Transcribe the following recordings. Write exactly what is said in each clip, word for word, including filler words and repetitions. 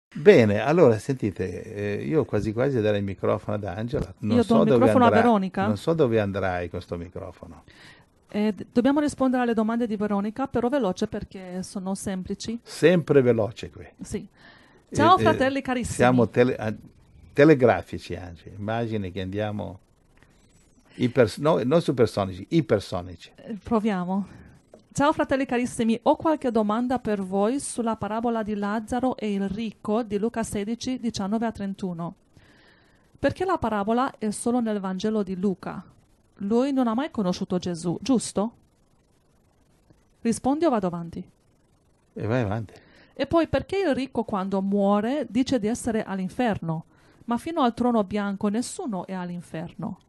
Bene, allora sentite, eh, io quasi quasi darei il microfono ad Angela. Non Io do il so dove microfono a andrà, Veronica. non so dove andrai con sto microfono. E d- dobbiamo rispondere alle domande di Veronica, però veloce perché sono semplici. Sempre veloce qui. Sì. Eh, Ciao eh, fratelli carissimi. siamo tele- a- telegrafici, Angela. Immagini che andiamo ipers- no, non supersonici, ipersonici. Eh, Proviamo. Ciao fratelli carissimi, ho qualche domanda per voi sulla parabola di Lazzaro e il ricco di Luca sedici, diciannove a trentuno. Perché la parabola è solo nel Vangelo di Luca? Lui non ha mai conosciuto Gesù, giusto? Rispondi o vado avanti? E vai avanti. E poi perché il ricco quando muore dice di essere all'inferno, ma fino al trono bianco nessuno è all'inferno?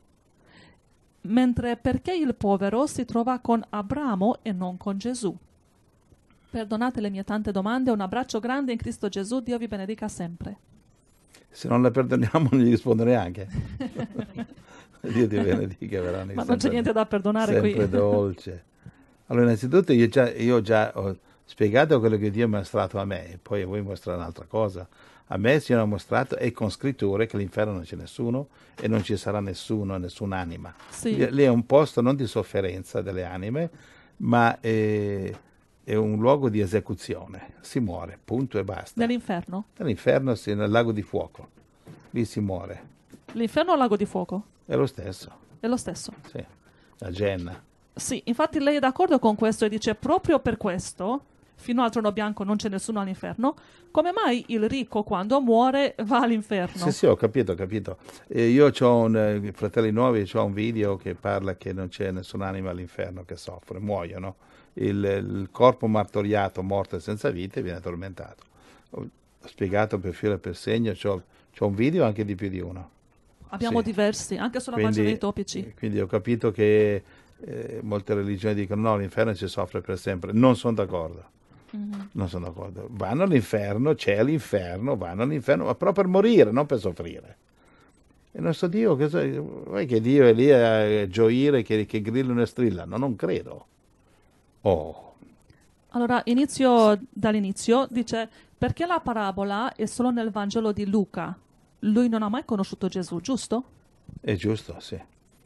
Mentre perché il povero si trova con Abramo e non con Gesù? Perdonate le mie tante domande, un abbraccio grande in Cristo Gesù, Dio vi benedica sempre. Se non la perdoniamo non gli rispondo neanche. Dio ti benedica, Veronica, Ma non c'è sempre, niente da perdonare qui. sempre dolce. Allora, innanzitutto io già, io già ho spiegato quello che Dio mi ha mostrato a me, poi a voi mostrare un'altra cosa. A me si è mostrato, e con scritture, che all'inferno non c'è nessuno e non ci sarà nessuno, nessun'anima. Sì, Lì lì è un posto non di sofferenza delle anime, ma è, è un luogo di esecuzione. Si muore, punto e basta. nell'inferno. All'inferno, sì, nel lago di fuoco, lì si muore. L'inferno o il lago di fuoco? È lo stesso, È lo stesso. sì, la Genna. Sì, infatti lei è d'accordo con questo e dice proprio per questo, fino al trono bianco non c'è nessuno all'inferno, come mai il ricco quando muore va Sì, all'inferno? sì, ho capito, ho capito. Eh, io ho un, eh, fratelli nuovi, ho un video che parla che non c'è nessun'anima all'inferno che soffre, muoiono. Il, il corpo martoriato, morto e senza vita, viene tormentato. Ho, ho spiegato per filo e per segno, c'ho, c'ho un video anche di più di uno. Abbiamo Sì, diversi, anche sulla pagina dei quindi, topici. quindi ho capito che eh, molte religioni dicono no, l'inferno ci soffre per sempre. Non sono d'accordo. Mhm. Non sono d'accordo. Vanno all'inferno, c'è l'inferno, vanno all'inferno, ma però per morire, non per soffrire. E il nostro Dio, che, vuoi che Dio è lì a gioire che, che grillano e strillano? Non credo. Oh, Allora, inizio dall'inizio, dice, perché la parabola è solo nel Vangelo di Luca? Lui non ha mai conosciuto Gesù, giusto? è giusto, sì.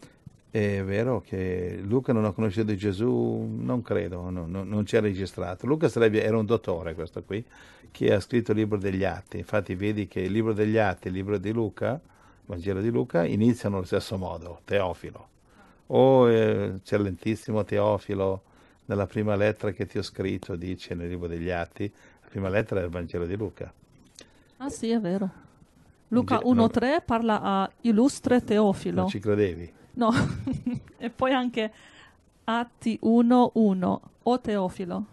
È vero che Luca non ha conosciuto Gesù, non credo, no, no, non c'è registrato. Luca sarebbe, era un dottore, questo qui, che ha scritto il libro degli Atti. Infatti vedi che il libro degli Atti e il libro di Luca, il Vangelo di Luca, iniziano allo stesso modo, Teofilo. Oh, eh, eccellentissimo Teofilo, nella prima lettera che ti ho scritto, dice nel libro degli Atti, la prima lettera è il Vangelo di Luca. Ah sì, è vero. Luca Vange- non, uno tre parla a illustre non Teofilo. ci credevi? No, e poi anche Atti uno uno, o Teofilo.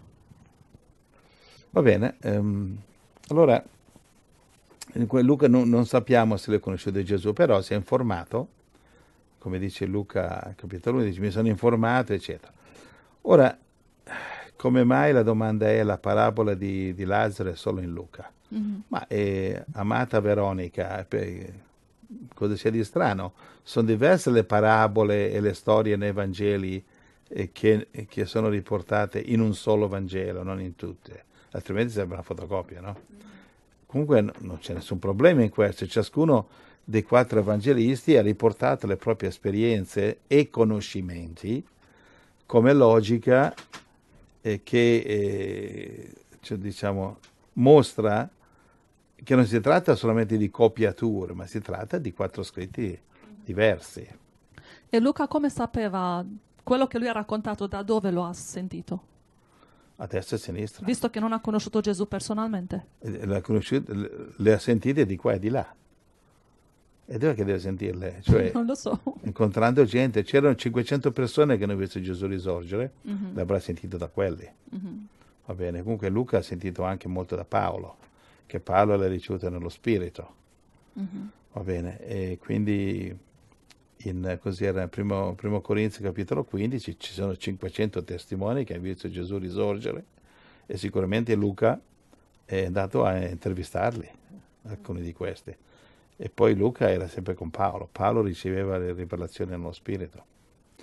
Va bene, ehm, allora in que- Luca non, non sappiamo se l'ha conosciuto Gesù, però si è informato, come dice Luca capitolo uno, dice mi sono informato, eccetera. Ora, come mai la domanda è la parabola di, di Lazzaro è solo in Luca? Mhm. Ma è amata Veronica, per- cosa c'è di strano? Sono diverse le parabole e le storie nei Vangeli eh, che, che sono riportate in un solo Vangelo, non in tutte, altrimenti sembra una fotocopia, no? Comunque n- non c'è nessun problema in questo, ciascuno dei quattro evangelisti ha riportato le proprie esperienze e conoscimenti come logica eh, che eh, cioè, diciamo, mostra che non si tratta solamente di copiature, ma si tratta di quattro scritti diversi, E Luca come sapeva quello che lui ha raccontato, da dove lo ha sentito? a destra e a sinistra. Visto che non ha conosciuto Gesù personalmente. E Le ha, conosciute- le- le ha sentite di qua e di là. E dove che deve sentirle? Cioè, Non lo so. incontrando gente, c'erano cinquecento persone che hanno visto Gesù risorgere, Mhm, l'avrà sentito da quelli. mhm, Va bene, comunque Luca ha sentito anche molto da Paolo, che Paolo l'ha ricevuto nello spirito. mhm. Va bene, e quindi in, così era in primo, primo Corinzi capitolo quindici, ci sono cinquecento testimoni che hanno visto Gesù risorgere e sicuramente Luca è andato a intervistarli, alcuni di questi. E poi Luca era sempre con Paolo, Paolo riceveva le rivelazioni nello spirito.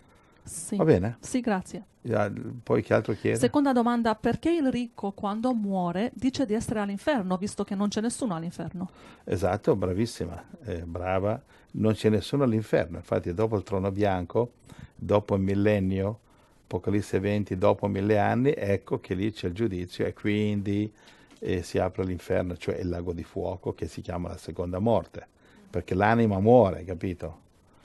Sì. Va bene? Sì, grazie. Ya, poi che altro chiede? Seconda domanda, perché il ricco quando muore dice di essere all'inferno, visto che non c'è nessuno all'inferno? Esatto, bravissima, eh, brava. Non c'è nessuno all'inferno. Infatti, dopo il trono bianco, dopo il millennio, Apocalisse venti, dopo mille anni, ecco che lì c'è il giudizio e quindi eh, si apre l'inferno, cioè il lago di fuoco che si chiama la seconda morte, perché l'anima muore, capito?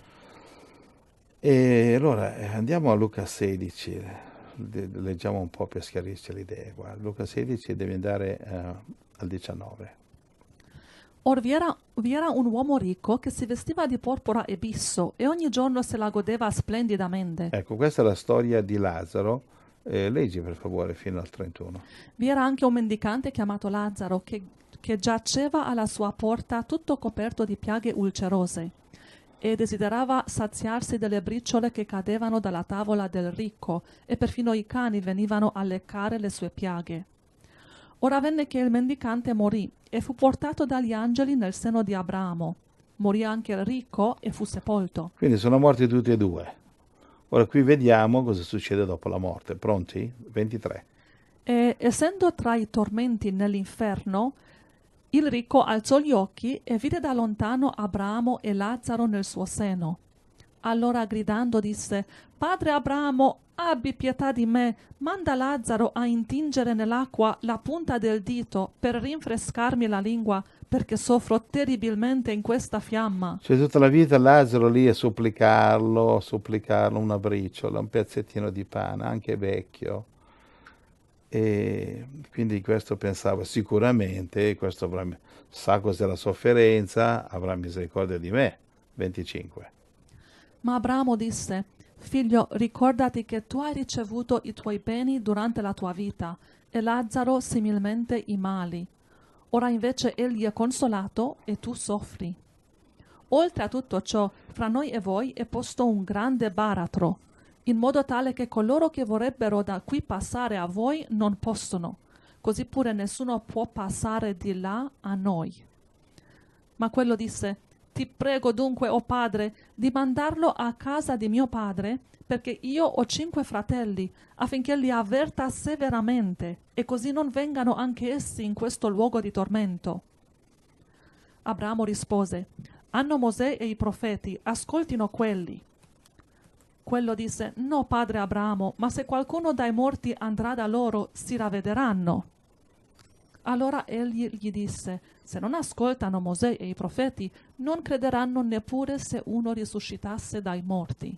E allora eh, andiamo a Luca sedici, le- leggiamo un po' per schiarirci le idee. Guarda, Luca sedici devi andare eh, al diciannove. Or vi era, vi era un uomo ricco che si vestiva di porpora e bisso e ogni giorno se la godeva splendidamente. Ecco, questa è la storia di Lazzaro. Eh, leggi per favore fino al trentuno. Vi era anche un mendicante chiamato Lazzaro che, che giaceva alla sua porta tutto coperto di piaghe ulcerose e desiderava saziarsi delle briciole che cadevano dalla tavola del ricco e perfino i cani venivano a leccare le sue piaghe. Ora avvenne che il mendicante morì e fu portato dagli angeli nel seno di Abramo. Morì anche il ricco e fu sepolto. Quindi sono morti tutti e due. Ora qui vediamo cosa succede dopo la morte. Pronti? ventitré. E essendo tra i tormenti nell'inferno, il ricco alzò gli occhi e vide da lontano Abramo e Lazzaro nel suo seno. Allora gridando disse: Padre Abramo, abbi pietà di me, manda Lazzaro a intingere nell'acqua la punta del dito per rinfrescarmi la lingua, perché soffro terribilmente in questa fiamma. C'è tutta la vita Lazzaro lì a supplicarlo, a supplicarlo una briciola, un pezzettino di pane, anche vecchio. E quindi questo pensavo sicuramente, questo avrà, sa cos'è la sofferenza, avrà misericordia di me. venticinque. Ma Abramo disse: Figlio, ricordati che tu hai ricevuto i tuoi beni durante la tua vita, e Lazzaro similmente i mali. Ora invece egli è consolato e tu soffri. Oltre a tutto ciò, fra noi e voi è posto un grande baratro, in modo tale che coloro che vorrebbero da qui passare a voi non possono, così pure nessuno può passare di là a noi. Ma quello disse: Ti prego dunque, o padre, di mandarlo a casa di mio padre, perché io ho cinque fratelli, affinché li avverta severamente, e così non vengano anche essi in questo luogo di tormento. Abramo rispose: Hanno Mosè e i profeti, ascoltino quelli. Quello disse: No, padre Abramo, ma se qualcuno dai morti andrà da loro, si ravvederanno. Allora egli gli disse: Se non ascoltano Mosè e i profeti, non crederanno neppure se uno risuscitasse dai morti.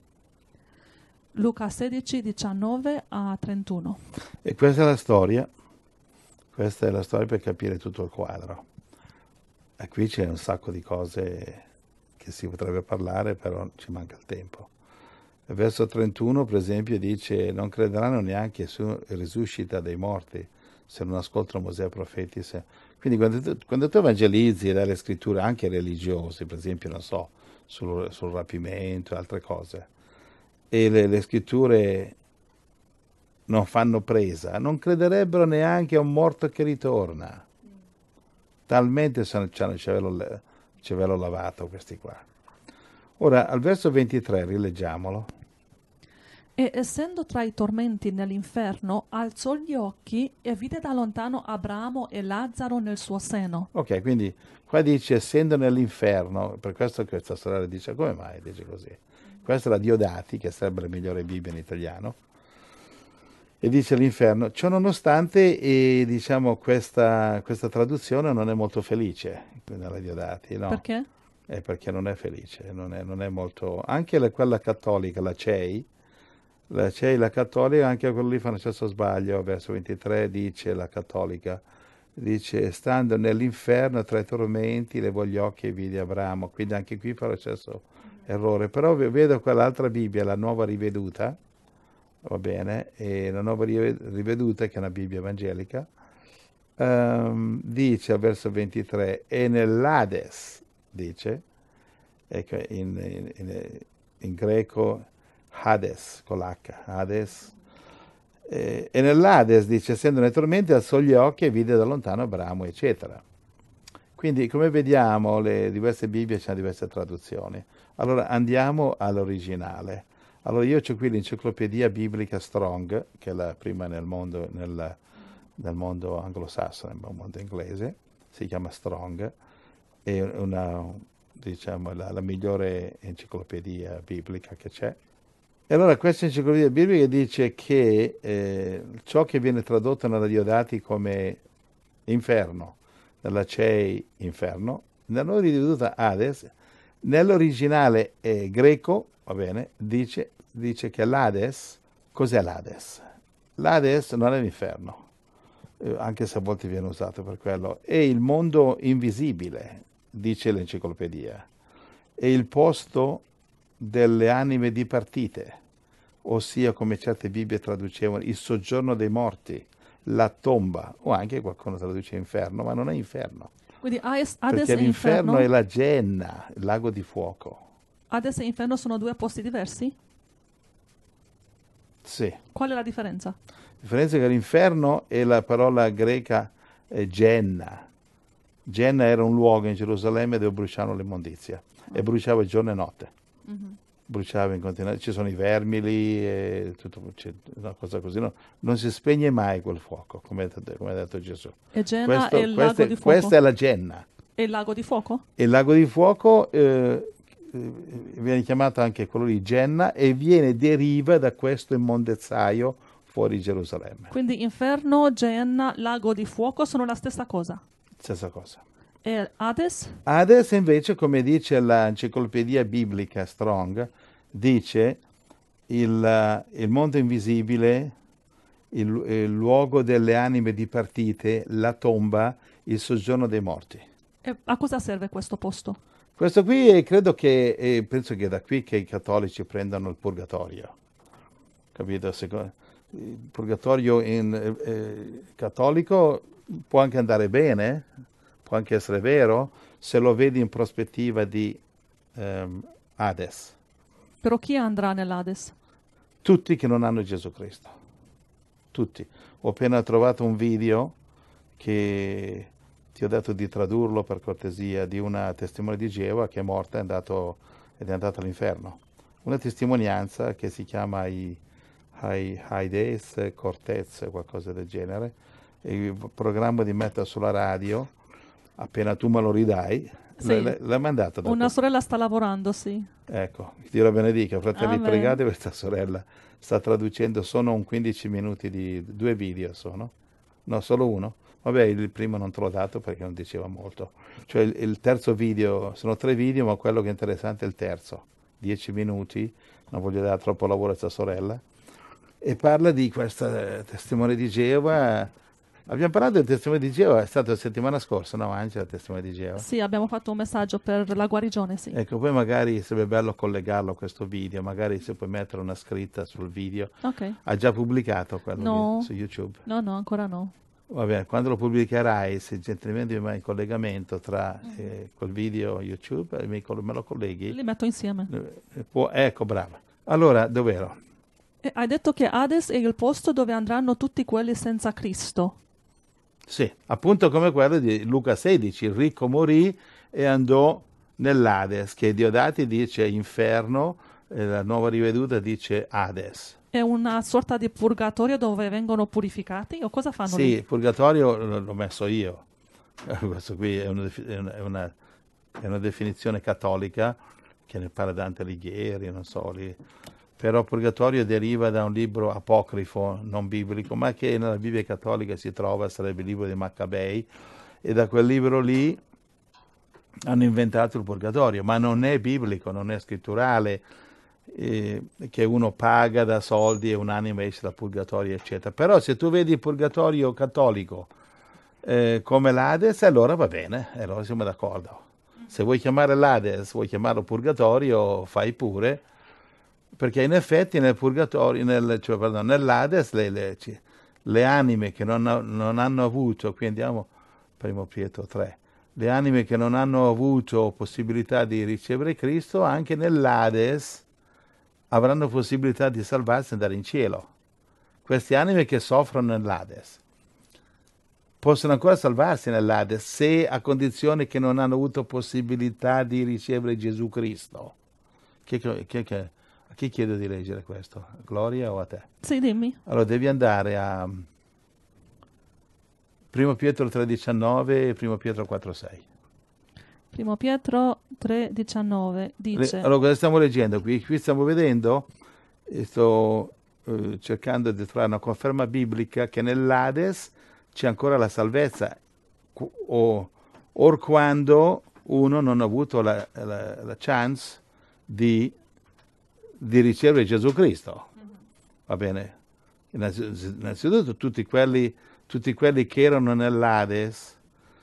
Luca sedici, diciannove a trentuno. E questa è la storia, questa è la storia per capire tutto il quadro. E qui c'è un sacco di cose che si potrebbe parlare, però ci manca il tempo. Il verso trentuno, per esempio, dice: non crederanno neanche su risuscita dei morti se non ascoltano Mosè e i profeti. Se... Quindi quando tu, quando tu evangelizzi e dai le scritture anche religiose, per esempio, non so, sul, sul rapimento e altre cose, e le, le scritture non fanno presa, non crederebbero neanche a un morto che ritorna. Talmente sono, hanno il cervello, cervello lavato questi qua. Ora, al verso ventitré, rileggiamolo. E essendo tra i tormenti nell'inferno, alzò gli occhi e vide da lontano Abramo e Lazzaro nel suo seno. Ok, quindi qua dice essendo nell'inferno, per questo che questa storia dice, come mai dice così? Questa è la Diodati, che sarebbe la migliore Bibbia in italiano, e dice l'inferno. Ciò nonostante, e, diciamo, questa, questa traduzione non è molto felice nella Diodati, no? Perché? È perché non è felice, non è, non è molto... Anche la, quella cattolica, la C E I, la C E I, la cattolica, anche quello lì fa lo stesso sbaglio, verso ventitré dice la cattolica, dice stando nell'inferno tra i tormenti levò gli occhi e vide Abramo, quindi anche qui fa lo stesso errore, però vedo quell'altra Bibbia, la nuova riveduta, va bene, e la nuova riveduta, che è una Bibbia evangelica, um, dice al verso ventitré, e nell'Ades, dice, ecco, in, in, in, in greco Hades, con l'H, Hades, eh, e nell'Hades dice, essendo nei tormenti, alzò gli occhi e vide da lontano Abramo, eccetera. Quindi, come vediamo, le diverse Bibbie hanno diverse traduzioni. Allora, andiamo all'originale. Allora io ho qui l'enciclopedia biblica Strong, che è la prima nel mondo, nel, nel mondo anglosassone, nel mondo inglese, si chiama Strong, è una, diciamo, la, la migliore enciclopedia biblica che c'è. E allora questa enciclopedia biblica dice che eh, ciò che viene tradotto nella Diodati come inferno, nella C E I inferno, nella nuova riveduta Hades, nell'originale eh, greco, va bene, dice, dice che l'Hades, cos'è l'Hades? L'Hades non è l'inferno, eh, anche se a volte viene usato per quello, è il mondo invisibile, dice l'enciclopedia, è il posto delle anime dipartite, ossia come certe Bibbie traducevano il soggiorno dei morti, la tomba, o anche qualcuno traduce inferno, ma non è inferno. Quindi Hades, Perché e l'inferno inferno, è la Genna, il lago di fuoco. Hades e inferno sono due posti diversi? Sì. Qual è la differenza? La differenza è che l'inferno è la parola greca eh, Genna. Genna era un luogo in Gerusalemme dove bruciavano l'immondizia oh. e bruciava giorno e notte. Mm-hmm. Bruciava in continuazione, ci sono i vermi lì, e tutto, c'è una cosa così, no? Non si spegne mai quel fuoco, come, come ha detto Gesù. E Genna questo, è il questo, lago di fuoco? Questa è la Genna. E il lago di fuoco? E il lago di fuoco eh, viene chiamato anche quello di Genna e viene, deriva da questo immondezzaio fuori Gerusalemme. Quindi inferno, Genna, lago di fuoco sono la stessa cosa? Stessa cosa. E Hades? Hades invece, come dice l'enciclopedia biblica Strong, dice il, il mondo invisibile, il, il luogo delle anime dipartite, la tomba, il soggiorno dei morti. E a cosa serve questo posto? Questo qui è, credo che, è, penso che è da qui che i cattolici prendono il purgatorio. Capito? Secondo, il purgatorio in, eh, cattolico può anche andare bene, può anche essere vero, se lo vedi in prospettiva di um, Hades. Però chi andrà nell'Hades? Tutti che non hanno Gesù Cristo. Tutti. Ho appena trovato un video che ti ho detto di tradurlo per cortesia, di una testimone di Geova che è morta e è andato, ed è andata all'inferno. Una testimonianza che si chiama i Hades Cortez, qualcosa del genere. Il programma di mettere sulla radio, appena tu me lo ridai, sì. l'hai, l'hai mandato da una qua. sorella sta lavorando, sì. Ecco, Dio la benedica, fratelli, Amen. pregate, questa sorella sta traducendo, sono un quindici minuti di due video, sono, no, solo uno. Vabbè, il primo non te l'ho dato perché non diceva molto. Cioè il, il terzo video, sono tre video, ma quello che è interessante è il terzo, dieci minuti, non voglio dare troppo lavoro a questa sorella, e parla di questa testimone di Geova. Abbiamo parlato del testimone di Geova, è stato la settimana scorsa, no Angela, il testimone di Geova? Sì, abbiamo fatto un messaggio per la guarigione, sì. Ecco, poi magari sarebbe bello collegarlo a questo video, magari se puoi mettere una scritta sul video. Ok. Ha già pubblicato quello no. lì, su YouTube? No, no, ancora no. Va bene, quando lo pubblicherai, se gentilmente mi vai in collegamento tra eh, quel video YouTube e me lo colleghi. Li metto insieme. Eh, può, ecco, brava. Allora, dov'ero? E hai detto che Hades è il posto dove andranno tutti quelli senza Cristo. Sì, appunto come quello di Luca sedici, il ricco morì e andò nell'Hades, che Diodati dice inferno, e la nuova riveduta dice Hades. È una sorta di purgatorio dove vengono purificati o cosa fanno sì, lì? Sì, il purgatorio l'ho messo io. Questo qui è una, è una, è una definizione cattolica che ne parla Dante Alighieri, non so, lì. Però purgatorio deriva da un libro apocrifo, non biblico, ma che nella Bibbia cattolica si trova, sarebbe il libro dei Maccabei, e da quel libro lì hanno inventato il purgatorio, ma non è biblico, non è scritturale, eh, che uno paga da soldi e un'anima esce dal purgatorio, eccetera. Però se tu vedi il purgatorio cattolico eh, come l'Hades, allora va bene, allora siamo d'accordo. Se vuoi chiamare l'Hades, vuoi chiamarlo purgatorio, fai pure, perché in effetti nel purgatorio, nel, cioè, pardon, nell'Hades le, le, le anime che non, non hanno avuto, qui andiamo primo Pietro tre, le anime che non hanno avuto possibilità di ricevere Cristo, anche nell'Hades avranno possibilità di salvarsi e andare in cielo. Queste anime che soffrono nell'Hades possono ancora salvarsi nell'Hades se a condizione che non hanno avuto possibilità di ricevere Gesù Cristo. Che, che, che, A chi chiedo di leggere questo? A Gloria o a te? Sì, dimmi. Allora devi andare a Primo Pietro tre diciannove e Primo Pietro quattro sei. Primo Pietro tre diciannove dice... Allora cosa stiamo leggendo qui? Qui stiamo vedendo, e sto eh, cercando di trovare una conferma biblica che nell'Ades c'è ancora la salvezza, o, or quando uno non ha avuto la, la, la chance di, di ricevere Gesù Cristo. Va bene? Innanzitutto tutti quelli, tutti quelli che erano nell'Ades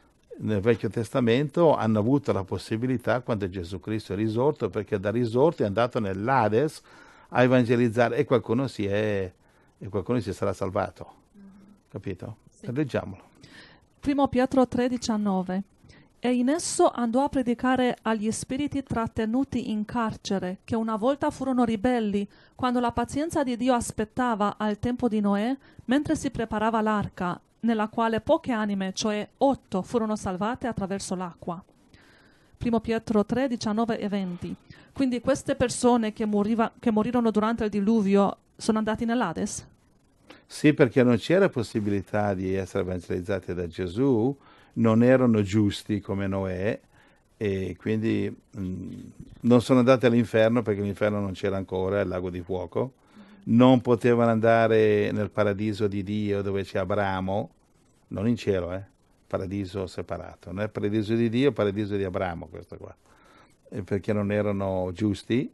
nel Vecchio Testamento hanno avuto la possibilità quando Gesù Cristo è risorto, perché da risorto è andato nell'Ades a evangelizzare e qualcuno si è e qualcuno si sarà salvato. Capito? Sì. Leggiamolo. Primo Pietro tre diciannove. E in esso andò a predicare agli spiriti trattenuti in carcere, che una volta furono ribelli, quando la pazienza di Dio aspettava al tempo di Noè, mentre si preparava l'arca, nella quale poche anime, cioè otto, furono salvate attraverso l'acqua. Primo Pietro tre diciannove e venti. Quindi queste persone che, moriva, che morirono durante il diluvio sono andati nell'Ades? Sì, perché non c'era possibilità di essere evangelizzati da Gesù, non erano giusti come Noè e quindi mh, non sono andati all'inferno perché l'inferno non c'era ancora, il lago di fuoco. Non potevano andare nel paradiso di Dio dove c'è Abramo, non in cielo, eh, paradiso separato, non è paradiso di Dio, paradiso di Abramo questo qua, e perché non erano giusti,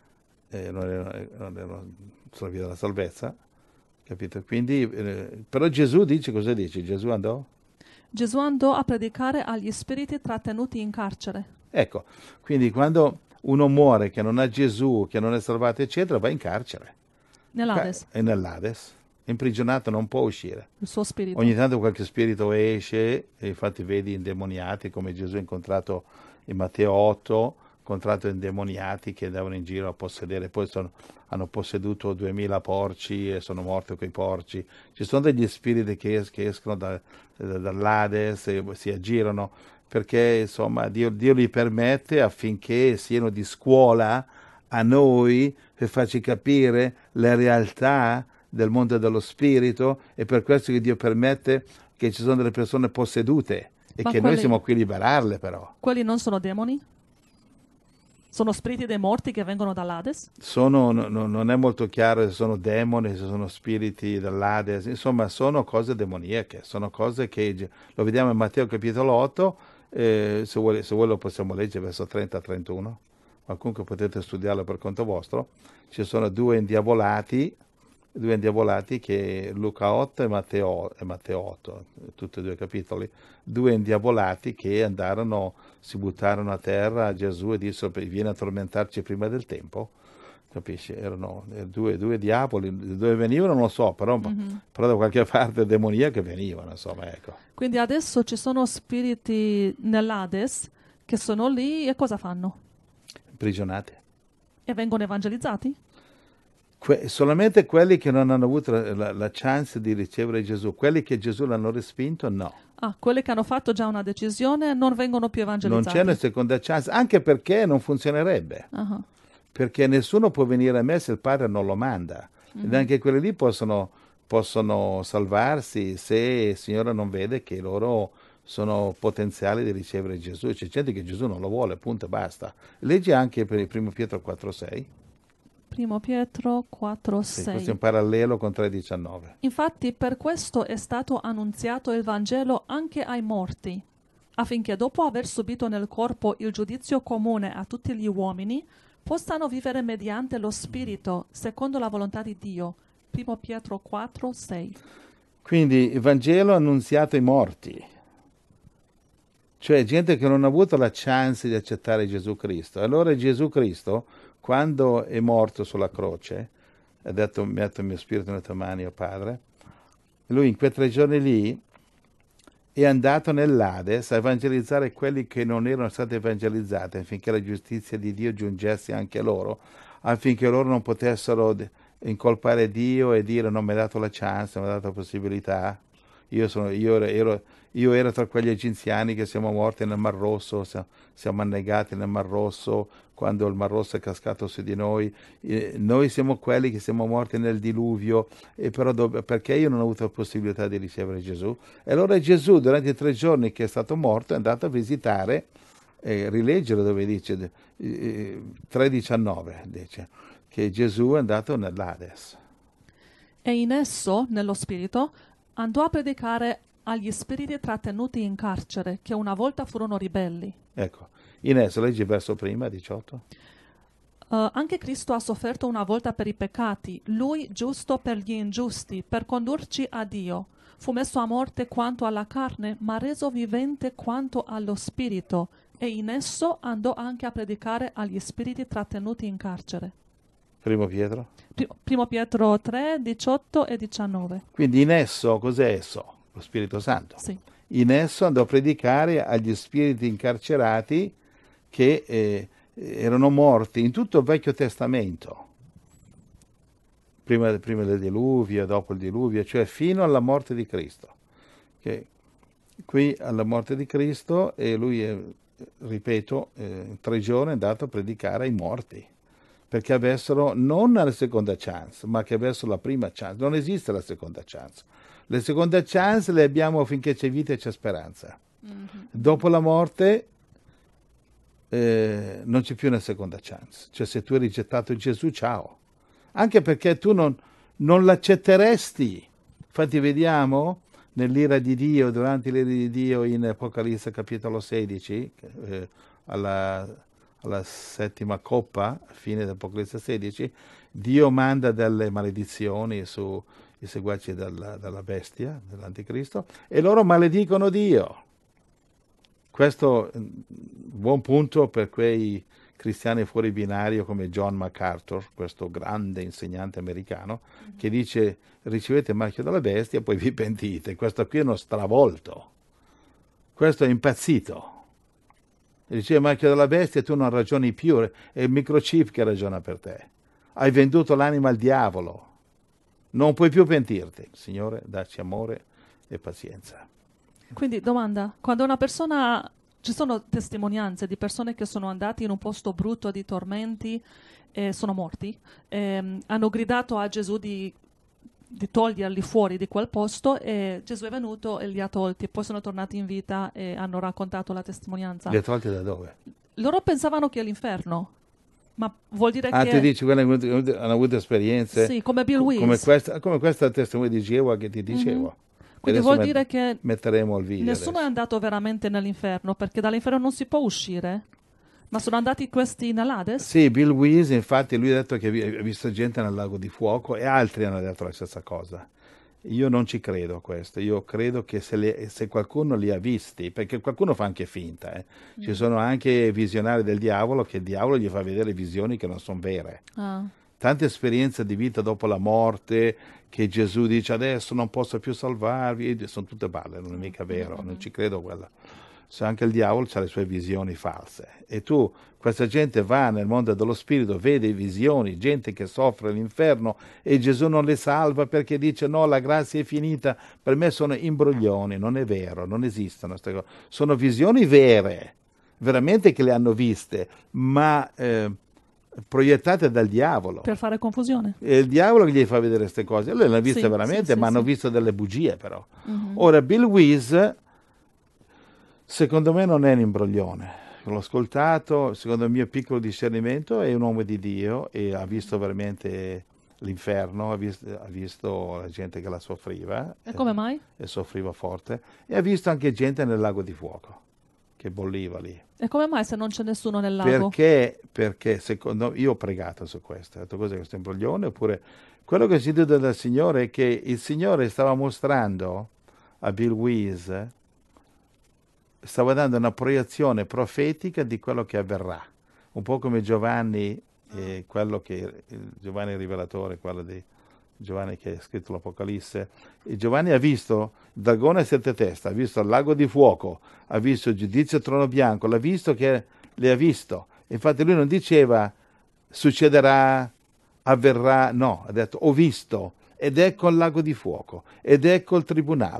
eh, non erano, non erano sulla via della salvezza, capito? Quindi, eh, però Gesù dice, cosa dice? Gesù andò? Gesù andò a predicare agli spiriti trattenuti in carcere. Ecco, quindi quando uno muore che non ha Gesù, che non è salvato, eccetera, va in carcere. Nell'Ades. E nell'Ades, imprigionato, non può uscire. Il suo spirito. Ogni tanto qualche spirito esce, e infatti vedi indemoniati, come Gesù ha incontrato in Matteo otto, incontrato indemoniati che andavano in giro a possedere, poi sono, hanno posseduto duemila porci e sono morti quei porci. Ci sono degli spiriti che, es- che escono da, da, dall'Ades e si aggirano, perché insomma Dio, Dio li permette affinché siano di scuola a noi per farci capire la realtà del mondo dello spirito, e per questo che Dio permette che ci sono delle persone possedute e Ma che quelli, noi siamo qui a liberarle però. Quelli non sono demoni? Sono spiriti dei morti che vengono dall'Ades? Sono, no, non è molto chiaro se sono demoni, se sono spiriti dell'Ades, insomma sono cose demoniache, sono cose che lo vediamo in Matteo capitolo otto, eh, se, vuole, se vuole lo possiamo leggere verso trenta a trentuno, ma comunque potete studiarlo per conto vostro. Ci sono due indiavolati, due indiavolati che Luca otto e Matteo, e Matteo otto, tutti e due capitoli, due indiavolati che andarono, si buttarono a terra a Gesù e dissero vieni a tormentarci prima del tempo, capisci? Erano due, due diavoli, dove venivano non lo so, però, mm-hmm. però da qualche parte demoniache venivano, insomma, ecco. Quindi adesso ci sono spiriti nell'Ades che sono lì e cosa fanno? Imprigionati. E vengono evangelizzati? Que- solamente quelli che non hanno avuto la, la, la chance di ricevere Gesù, quelli che Gesù l'hanno respinto, no. Ah, quelli che hanno fatto già una decisione non vengono più evangelizzati. Non c'è una seconda chance, anche perché non funzionerebbe. Uh-huh. Perché nessuno può venire a me se il Padre non lo manda. Uh-huh. Ed anche quelli lì possono, possono salvarsi se il Signore non vede che loro sono potenziali di ricevere Gesù. C'è gente che Gesù non lo vuole, punto e basta. Leggi anche per il primo Pietro quattro sei. Primo Pietro quattro sei. Sì, questo è in parallelo con tre diciannove. Infatti per questo è stato annunziato il Vangelo anche ai morti, affinché dopo aver subito nel corpo il giudizio comune a tutti gli uomini, possano vivere mediante lo Spirito, secondo la volontà di Dio. Primo Pietro quattro sei. Quindi il Vangelo annunziato ai morti, cioè gente che non ha avuto la chance di accettare Gesù Cristo. Allora Gesù Cristo, quando è morto sulla croce, ha detto metto il mio spirito nelle tue mani, oh Padre, lui in quei tre giorni lì è andato nell'Ades a evangelizzare quelli che non erano stati evangelizzati, affinché la giustizia di Dio giungesse anche a loro, affinché loro non potessero incolpare Dio e dire non mi ha dato la chance, non mi ha dato la possibilità. Io, sono, io ero, ero, io ero tra quegli egiziani che siamo morti nel Mar Rosso, siamo, siamo annegati nel Mar Rosso quando il Mar Rosso è cascato su di noi, eh, noi siamo quelli che siamo morti nel diluvio, e però dove, perché io non ho avuto la possibilità di ricevere Gesù? E allora Gesù durante i tre giorni che è stato morto è andato a visitare, eh, rileggere dove dice, eh, tre diciannove, dice che Gesù è andato nell'Ades. E in esso, nello spirito, andò a predicare agli spiriti trattenuti in carcere, che una volta furono ribelli. Ecco, in esso, leggi il verso prima, diciotto. Uh, anche Cristo ha sofferto una volta per i peccati, lui giusto per gli ingiusti, per condurci a Dio. Fu messo a morte quanto alla carne, ma reso vivente quanto allo spirito, e in esso andò anche a predicare agli spiriti trattenuti in carcere. Primo Pietro. Pri- Primo Pietro tre, diciotto e diciannove. Quindi in esso, cos'è esso? Lo Spirito Santo. Sì. In esso andò a predicare agli spiriti incarcerati che eh, erano morti in tutto il Vecchio Testamento, prima, prima del diluvio, dopo il diluvio, cioè fino alla morte di Cristo. Che qui alla morte di Cristo, e lui, è, ripeto, eh, in tre giorni è andato a predicare ai morti, perché avessero non la seconda chance, ma che avessero la prima chance. Non esiste la seconda chance. Le seconde chance le abbiamo finché c'è vita e c'è speranza. Mm-hmm. Dopo la morte eh, non c'è più una seconda chance. Cioè, se tu hai rigettato Gesù, ciao. Anche perché tu non, non l'accetteresti. Infatti vediamo nell'ira di Dio, durante l'ira di Dio in Apocalisse capitolo sedici, eh, alla, alla settima coppa, a fine dell'Apocalisse sedici, Dio manda delle maledizioni su i seguaci della, della bestia, dell'anticristo, e loro maledicono Dio. Questo è un buon punto per quei cristiani fuori binario come John MacArthur, questo grande insegnante americano, mm-hmm. che dice: ricevete il marchio della bestia e poi vi pentite. Questo qui è uno stravolto, questo è impazzito. Dice: il marchio della bestia, tu non ragioni più, è il microchip che ragiona per te. Hai venduto l'anima al diavolo. Non puoi più pentirti. Signore, dacci amore e pazienza. Quindi, domanda, quando una persona, ci sono testimonianze di persone che sono andati in un posto brutto di tormenti e sono morti, e hanno gridato a Gesù di, di toglierli fuori di quel posto, e Gesù è venuto e li ha tolti, poi sono tornati in vita e hanno raccontato la testimonianza. Li ha tolti da dove? Loro pensavano che è l'inferno. Ma vuol dire ah, che... Ah, tu dici che hanno, hanno avuto esperienze? Sì, come Bill Weiss. Come questa, come questa testimone di Geova che ti dicevo. Mm-hmm. Quindi vuol dire che metteremo il video nessuno adesso. È andato veramente nell'inferno, perché dall'inferno non si può uscire. Ma sono andati questi nell'Ades? Sì, Bill Weiss, infatti, lui ha detto che ha visto gente nel lago di fuoco, e altri hanno detto la stessa cosa. Io non ci credo a questo, io credo che se, le, se qualcuno li ha visti, perché qualcuno fa anche finta, eh. mm. Ci sono anche visionari del diavolo che il diavolo gli fa vedere visioni che non sono vere. Ah. Tante esperienze di vita dopo la morte, che Gesù dice adesso non posso più salvarvi, sono tutte balle, non è mica vero, mm-hmm. non ci credo a quella. Se anche il diavolo ha le sue visioni false, e tu, questa gente va nel mondo dello spirito, vede visioni, gente che soffre l'inferno, e Gesù non le salva perché dice no, la grazia è finita. Per me sono imbroglioni, non è vero, non esistono queste cose. Sono visioni vere, veramente, che le hanno viste, ma eh, proiettate dal diavolo. Per fare confusione. È il diavolo che gli fa vedere queste cose. Lui le ha viste sì, veramente, sì, ma sì, hanno sì. visto delle bugie però. Mm-hmm. Ora, Bill Weiss, secondo me non è un imbroglione. L'ho ascoltato, secondo il mio piccolo discernimento è un uomo di Dio, e ha visto veramente l'inferno, ha visto, ha visto la gente che la soffriva. E come mai? E soffriva forte. E ha visto anche gente nel lago di fuoco, che bolliva lì. E come mai se non c'è nessuno nel lago? Perché, perché secondo io ho pregato su questo, ho detto cos'è questo imbroglione, oppure quello che ho sentito dal Signore è che il Signore stava mostrando a Bill Weiss, stava dando una proiezione profetica di quello che avverrà, un po' come Giovanni, eh, quello che Giovanni il Rivelatore, quello di Giovanni che ha scritto l'Apocalisse. E Giovanni ha visto il dragone a sette teste, ha visto il lago di fuoco, ha visto il giudizio trono bianco, l'ha visto che le ha visto. Infatti lui non diceva succederà, avverrà, no, ha detto ho visto, ed ecco il lago di fuoco, ed ecco il tribunale,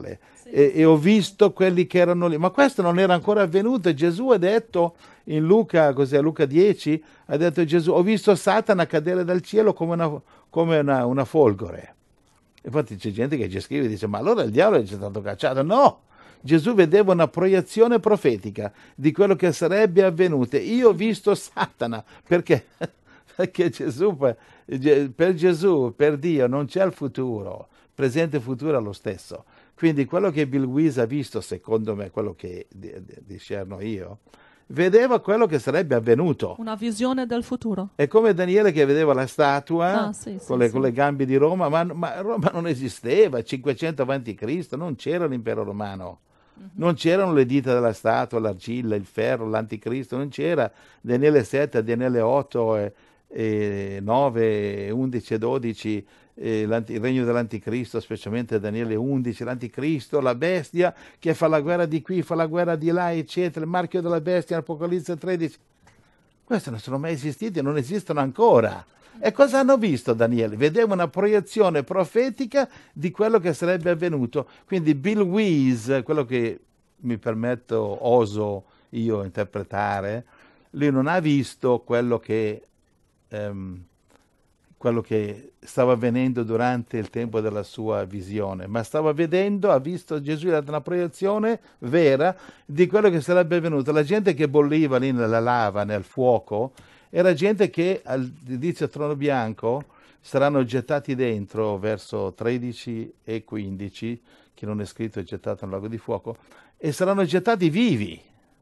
e, e ho visto quelli che erano lì. Ma questo non era ancora avvenuto. Gesù ha detto in Luca, cos'è, Luca dieci, ha detto Gesù, ho visto Satana cadere dal cielo come una, come una, una folgore. Infatti c'è gente che ci scrive e dice, ma allora il diavolo è stato cacciato? No! Gesù vedeva una proiezione profetica di quello che sarebbe avvenuto. Io ho visto Satana, perché? Perché Gesù, per Gesù, per Dio, non c'è il futuro, presente e futuro è lo stesso. Quindi quello che Bill Wiese ha visto, secondo me, quello che discerno io, vedeva quello che sarebbe avvenuto. Una visione del futuro. È come Daniele che vedeva la statua ah, sì, con, sì, le, sì. con le gambe di Roma, ma, ma Roma non esisteva, cinquecento avanti Cristo non c'era l'impero romano. Uh-huh. Non c'erano le dita della statua, l'argilla, il ferro, l'anticristo, non c'era Daniele sette, Daniele otto, e, e nove, undici e dodici, e il regno dell'anticristo, specialmente Daniele undici, l'anticristo, la bestia che fa la guerra di qui, fa la guerra di là, eccetera, il marchio della bestia, Apocalisse tredici. Questi non sono mai esistiti, non esistono ancora. E cosa hanno visto Daniele? Vedeva una proiezione profetica di quello che sarebbe avvenuto. Quindi Bill Wiese, quello che mi permetto, oso io interpretare, lui non ha visto quello che, ehm, quello che stava avvenendo durante il tempo della sua visione, ma stava vedendo, ha visto Gesù, ha dato una proiezione vera di quello che sarebbe avvenuto. La gente che bolliva lì nella lava, nel fuoco, era gente che, dice al trono bianco, saranno gettati dentro, verso tredici e quindici, che non è scritto è gettato nel lago di fuoco, e saranno gettati vivi,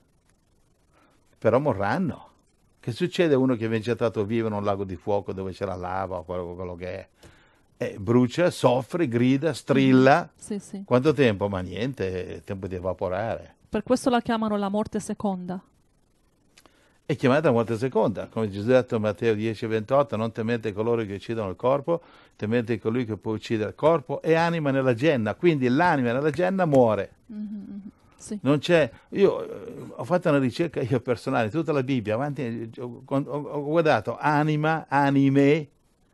però morranno. Che succede a uno che viene gettato vivo in un lago di fuoco dove c'è la lava o quello, quello che è? Eh, brucia, soffre, grida, strilla. Sì, sì. Quanto tempo? Ma niente, è tempo di evaporare. Per questo la chiamano la morte seconda. È chiamata morte seconda, come Gesù ha detto in Matteo dieci ventotto, non temete coloro che uccidono il corpo, temete colui che può uccidere il corpo e anima nella genna, quindi l'anima nella genna muore. Mm-hmm. Sì. Non c'è, io eh, ho fatto una ricerca io personale, tutta la Bibbia, avanti, ho, ho, ho guardato anima, anime,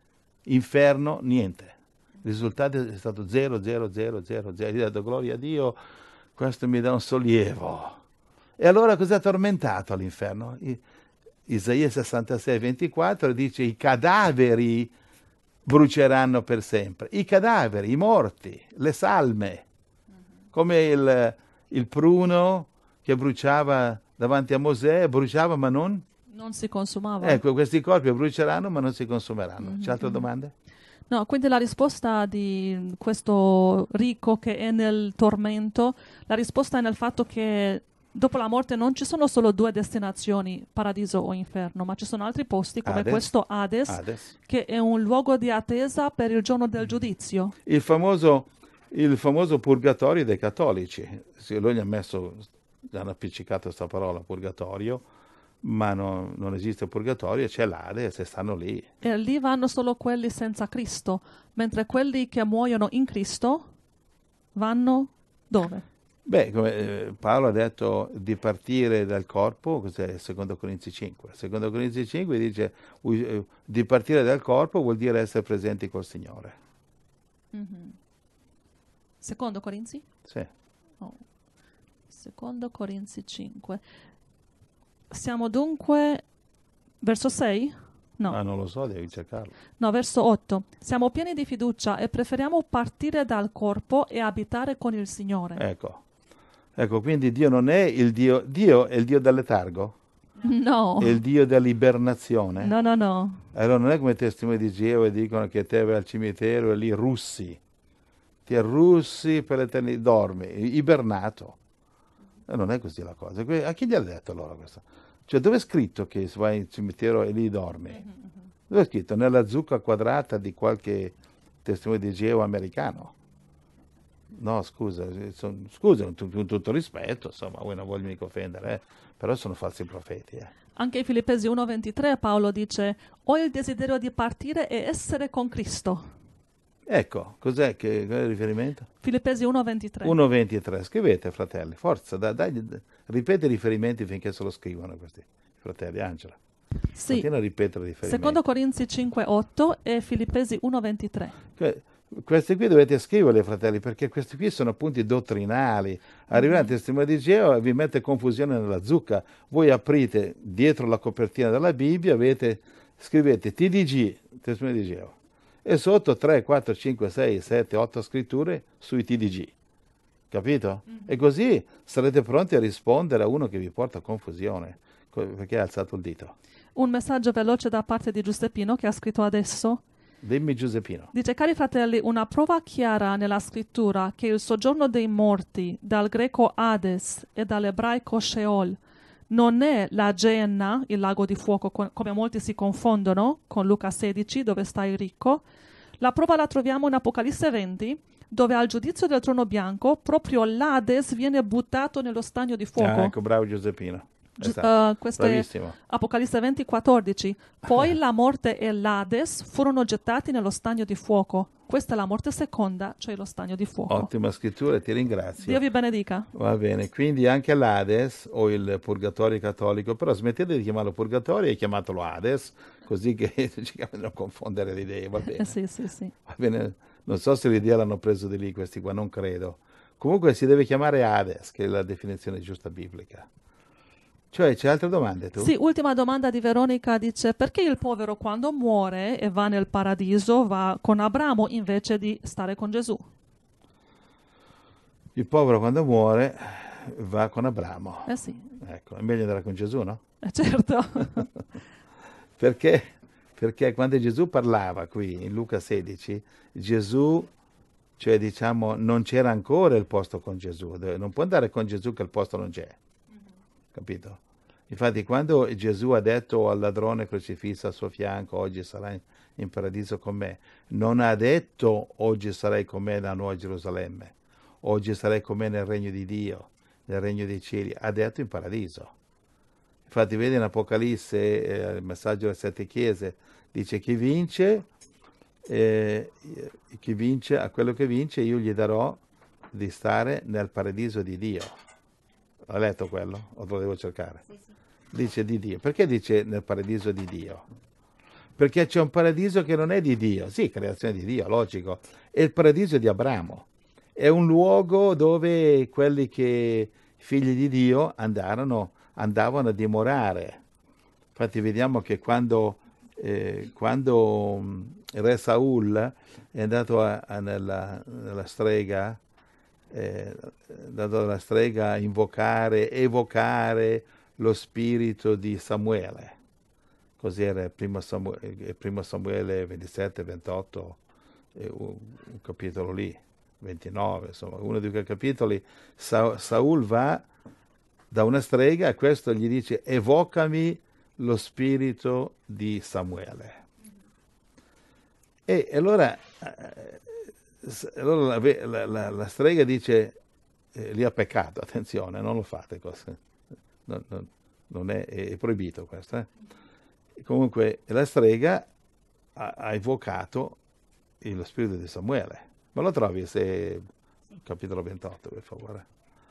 inferno, niente. Il risultato è stato zero, zero, zero, zero, zero. Io ho detto gloria a Dio, questo mi dà un sollievo. E allora cos'è tormentato all'inferno? Isaia sessantasei ventiquattro dice i cadaveri bruceranno per sempre. I cadaveri, i morti, le salme, come il, il pruno che bruciava davanti a Mosè, bruciava ma non? Non si consumava. Ecco, questi corpi bruceranno ma non si consumeranno. C'è altre domande? No, quindi la risposta di questo ricco che è nel tormento, la risposta è nel fatto che dopo la morte non ci sono solo due destinazioni, paradiso o inferno, ma ci sono altri posti come Hades. questo Hades, Hades, che è un luogo di attesa per il giorno del giudizio. Il famoso, il famoso purgatorio dei cattolici. Sì, lui gli ha messo, gli hanno appiccicato questa parola purgatorio, ma no, non esiste purgatorio, c'è l'Hades e stanno lì. E lì vanno solo quelli senza Cristo, mentre quelli che muoiono in Cristo vanno dove? Beh, come eh, Paolo ha detto di partire dal corpo, cos'è secondo Corinzi cinque? secondo Corinzi cinque dice uh, di partire dal corpo vuol dire essere presenti col Signore. Mm-hmm. Secondo Corinzi? Sì. Oh. Secondo Corinzi cinque. Siamo dunque verso sei? No. Ah, non lo so, devi cercarlo. No, verso otto. Siamo pieni di fiducia e preferiamo partire dal corpo e abitare con il Signore. Ecco. Ecco, quindi Dio non è il Dio, Dio è il Dio del letargo? No. È il Dio dell'ibernazione? No, no, no. Allora non è come i testimoni di Geova e dicono che te vai al cimitero e lì russi. Ti arrussi per l'eternità, dormi, ibernato. E non è così la cosa. A chi gli ha detto allora questo? Cioè, dove è scritto che se vai al cimitero e lì dormi? Dove è scritto? Nella zucca quadrata di qualche testimone di Geova americano? No, scusa, son, scusa, con tutto rispetto, insomma, voi non voglio mica offendere, eh, però sono falsi profeti. Eh. Anche in Filippesi uno ventitré Paolo dice: ho il desiderio di partire e essere con Cristo. Ecco, cos'è che qual è il riferimento? Filippesi uno ventitré. uno ventitré, scrivete fratelli, forza, dai, dai, ripete i riferimenti finché se lo scrivono questi fratelli. Angela, sì. continua a ripetere i riferimenti. Secondo Corinzi cinque otto e Filippesi uno ventitré. Que- Questi qui dovete scriverli, fratelli, perché questi qui sono punti dottrinali. Arriva il testimone di Geo e vi mette confusione nella zucca. Voi aprite dietro la copertina della Bibbia, avete, scrivete T D G, testimone di Geo, e sotto tre, quattro, cinque, sei, sette, otto scritture sui T D G. Capito? Mm-hmm. E così sarete pronti a rispondere a uno che vi porta confusione, perché ha alzato il dito. Un messaggio veloce da parte di Giuseppino che ha scritto adesso. Dimmi Giuseppino. Dice: cari fratelli, una prova chiara nella scrittura che il soggiorno dei morti, dal greco Hades e dall'ebraico Sheol, non è la Geenna, il lago di fuoco, come molti si confondono con Luca sedici, dove sta il ricco. La prova la troviamo in Apocalisse venti, dove al giudizio del trono bianco proprio l'Hades viene buttato nello stagno di fuoco. Ah, ecco, bravo Giuseppino. Uh, questo è Apocalisse venti quattordici. Poi la morte e l'Hades furono gettati nello stagno di fuoco. Questa è la morte seconda, cioè lo stagno di fuoco. Ottima scrittura, ti ringrazio. Dio vi benedica. Va bene, quindi anche l'Hades o il purgatorio cattolico, però smettete di chiamarlo purgatorio e chiamatelo Hades, così che cerchiamo di non confondere le idee, va bene? Eh sì, sì, sì. Va bene, non so se l'idea l'hanno preso di lì questi qua, non credo. Comunque si deve chiamare Hades, che è la definizione giusta biblica. Cioè, c'è altre domande tu? Sì, ultima domanda di Veronica, dice: perché il povero quando muore e va nel paradiso va con Abramo invece di stare con Gesù? Il povero quando muore va con Abramo. Eh sì. Ecco, è meglio andare con Gesù, no? Eh certo. Perché? Perché quando Gesù parlava qui, in Luca sedici, Gesù, cioè diciamo, non c'era ancora il posto con Gesù. Non può andare con Gesù che il posto non c'è. Capito? Infatti quando Gesù ha detto al ladrone crocifisso al suo fianco oggi sarai in paradiso con me, non ha detto oggi sarai con me nella Nuova Gerusalemme, oggi sarai con me nel regno di Dio, nel regno dei cieli, ha detto in paradiso. Infatti vedi in Apocalisse, eh, il messaggio alle sette chiese, dice chi vince, eh, chi vince, a quello che vince io gli darò di stare nel paradiso di Dio. Hai letto quello? O lo devo cercare? Sì, sì. Dice di Dio. Perché dice nel paradiso di Dio? Perché c'è un paradiso che non è di Dio. Sì, creazione di Dio, logico. È il paradiso di Abramo. È un luogo dove quelli che, figli di Dio, andarono, andavano a dimorare. Infatti vediamo che quando, eh, quando il re Saul è andato a, a nella, nella strega, Eh, dato la strega a invocare, evocare lo spirito di Samuele. Così era il primo Samuele, il primo Samuele ventisette, ventotto, eh, un, un capitolo lì, ventinove, insomma, uno di quei capitoli. Sa, Saul va da una strega e questo gli dice: evocami lo spirito di Samuele. E, e allora... Eh, Allora la, la, la, la strega dice, eh, lì ha peccato, attenzione, non lo fate, cose. Non, non, non è, è proibito questo. Eh. Comunque la strega ha, ha evocato lo spirito di Samuele. Ma lo trovi se capitolo ventotto, per favore.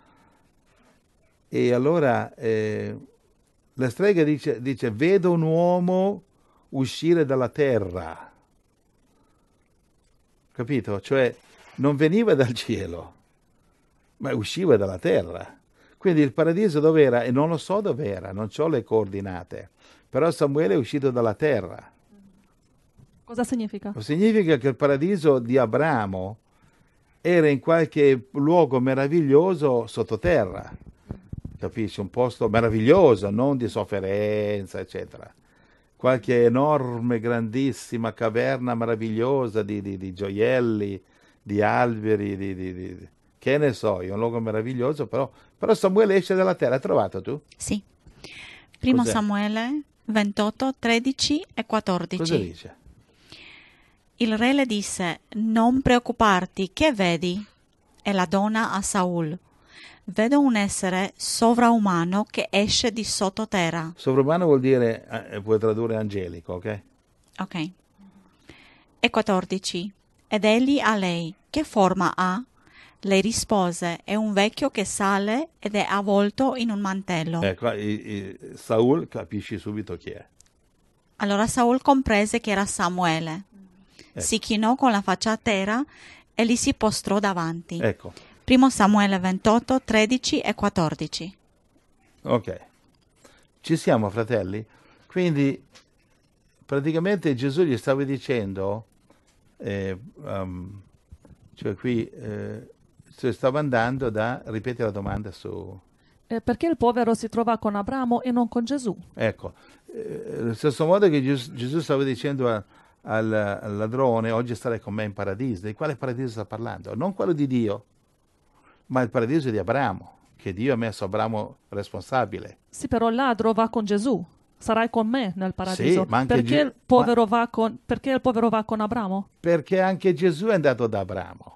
E allora eh, la strega dice, dice, vedo un uomo uscire dalla terra. Capito? Cioè non veniva dal cielo, ma usciva dalla terra. Quindi il paradiso dov'era? E non lo so dov'era, non ho le coordinate. Però Samuele è uscito dalla terra. Cosa significa? Significa che il paradiso di Abramo era in qualche luogo meraviglioso sottoterra. Capisci? Un posto meraviglioso, non di sofferenza, eccetera. Qualche enorme, grandissima caverna meravigliosa di, di, di gioielli, di alberi, di, di, di, che ne so, è un luogo meraviglioso, però, però Samuele esce dalla terra. Hai trovato tu? Sì. Primo Cos'è? Samuele ventotto, tredici e quattordici. Cosa dice? Il re le disse: non preoccuparti, che vedi? E la donna a Saul: vedo un essere sovraumano che esce di sottoterra. Sovrumano vuol dire, eh, puoi tradurre angelico, ok? Ok. E quattordici. Ed egli a lei: che forma ha? Lei rispose: è un vecchio che sale ed è avvolto in un mantello. Ecco, i, i, Saul capisci subito chi è. Allora Saul comprese che era Samuele. Ecco. Si chinò con la faccia a terra e gli si postrò davanti. Ecco. Primo Samuele ventotto, tredici e quattordici. Ok. Ci siamo, fratelli? Quindi, praticamente Gesù gli stava dicendo, eh, um, cioè qui, eh, cioè stava andando da, ripeti la domanda su... Eh, perché il povero si trova con Abramo e non con Gesù? Ecco, eh, allo stesso modo che Gesù, Gesù stava dicendo a- al, al ladrone, oggi starai con me in paradiso. Di quale paradiso sta parlando? Non quello di Dio, ma il paradiso di Abramo, che Dio ha messo Abramo responsabile. Sì, però il ladro va con Gesù. Sarai con me nel paradiso. Sì, ma anche perché, Ge- il povero va con, perché il povero va con Abramo? Perché anche Gesù è andato da Abramo.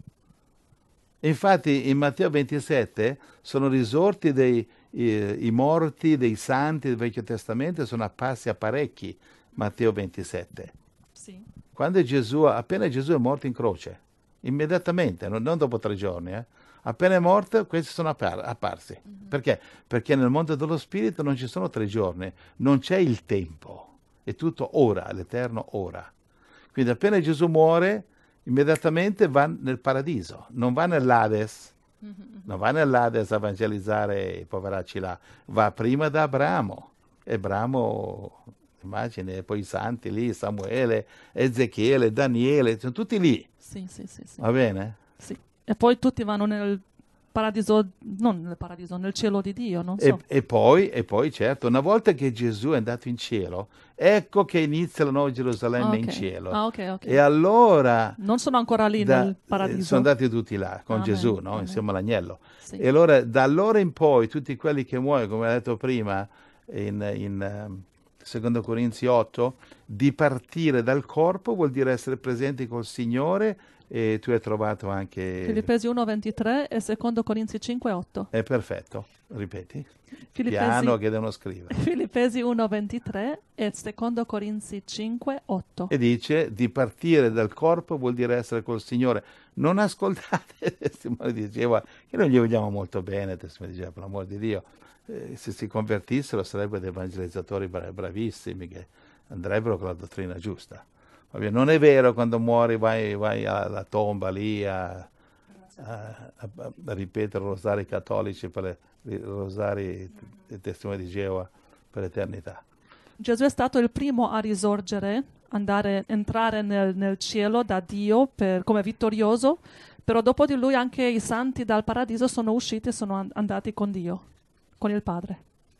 Infatti in Matteo ventisette sono risorti dei, i, i morti dei santi del Vecchio Testamento, sono apparsi a parecchi, Matteo ventisette. Sì. Quando Gesù, appena Gesù è morto in croce, immediatamente, non, non dopo tre giorni, eh, appena è morto, questi sono appar- apparsi. Mm-hmm. Perché? Perché nel mondo dello spirito non ci sono tre giorni, non c'è il tempo, è tutto ora, l'eterno ora. Quindi appena Gesù muore, immediatamente va nel paradiso, non va nell'Ades, mm-hmm. non va nell'Ades a evangelizzare i poveracci là, va prima da Abramo. E Abramo, immagini, poi i santi lì, Samuele, Ezechiele, Daniele, sono tutti lì. Sì, sì, sì, sì. Va bene? Sì. E poi tutti vanno nel paradiso, non nel paradiso, nel cielo di Dio, non so. E, e, poi, e poi, certo, una volta che Gesù è andato in cielo, ecco che inizia la nuova Gerusalemme Ah, ok. in cielo. Ah, ok, ok. E allora... Non sono ancora lì da- nel paradiso. Sono andati tutti là, con Amen, Gesù, no? amen. Insieme all'agnello. Sì. E allora, da allora in poi, tutti quelli che muoiono, come ho detto prima, in, in ehm, secondo Corinzi otto, di partire dal corpo vuol dire essere presenti col Signore, e tu hai trovato anche... Filippesi uno ventitré e secondo Corinzi cinque otto. È perfetto, ripeti. Filippesi, Piano che devono scrivere. Filippesi uno ventitré e secondo Corinzi cinque otto. E dice, di partire dal corpo vuol dire essere col Signore. Non ascoltate, testimone diceva, che non gli vogliamo molto bene, testimone diceva, per l'amore di Dio. Eh, se si convertissero sarebbero dei evangelizzatori bra- bravissimi, che andrebbero con la dottrina giusta. Vabbè, non è vero, quando muori vai, vai alla tomba lì a, a, a, a ripetere rosari cattolici, per le, i rosari dei testimoni di Geova per l'eternità. Gesù è stato il primo a risorgere, andare, entrare nel, nel cielo da Dio per, come vittorioso, però dopo di lui anche i santi dal paradiso sono usciti e sono an- andati con Dio, con il Padre.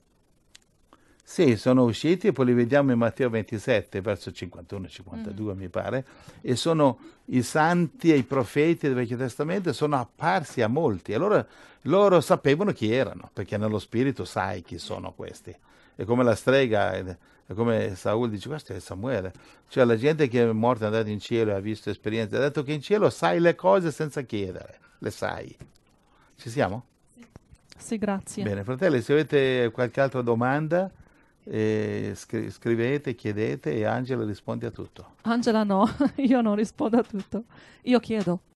Sì, sono usciti e poi li vediamo in Matteo ventisette, verso cinquantuno cinquantadue mm. mi pare, e sono i santi e i profeti del Vecchio Testamento sono apparsi a molti. Allora loro sapevano chi erano, perché nello spirito sai chi sono questi. È come la strega, è come Saul dice, questo è Samuele. Cioè la gente che è morta, è andata in cielo e ha visto esperienze, ha detto che in cielo sai le cose senza chiedere, le sai. Ci siamo? Sì, grazie. Bene, fratelli, se avete qualche altra domanda... E scri- scrivete, chiedete e Angela risponde a tutto. Angela no, io non rispondo a tutto. Io chiedo.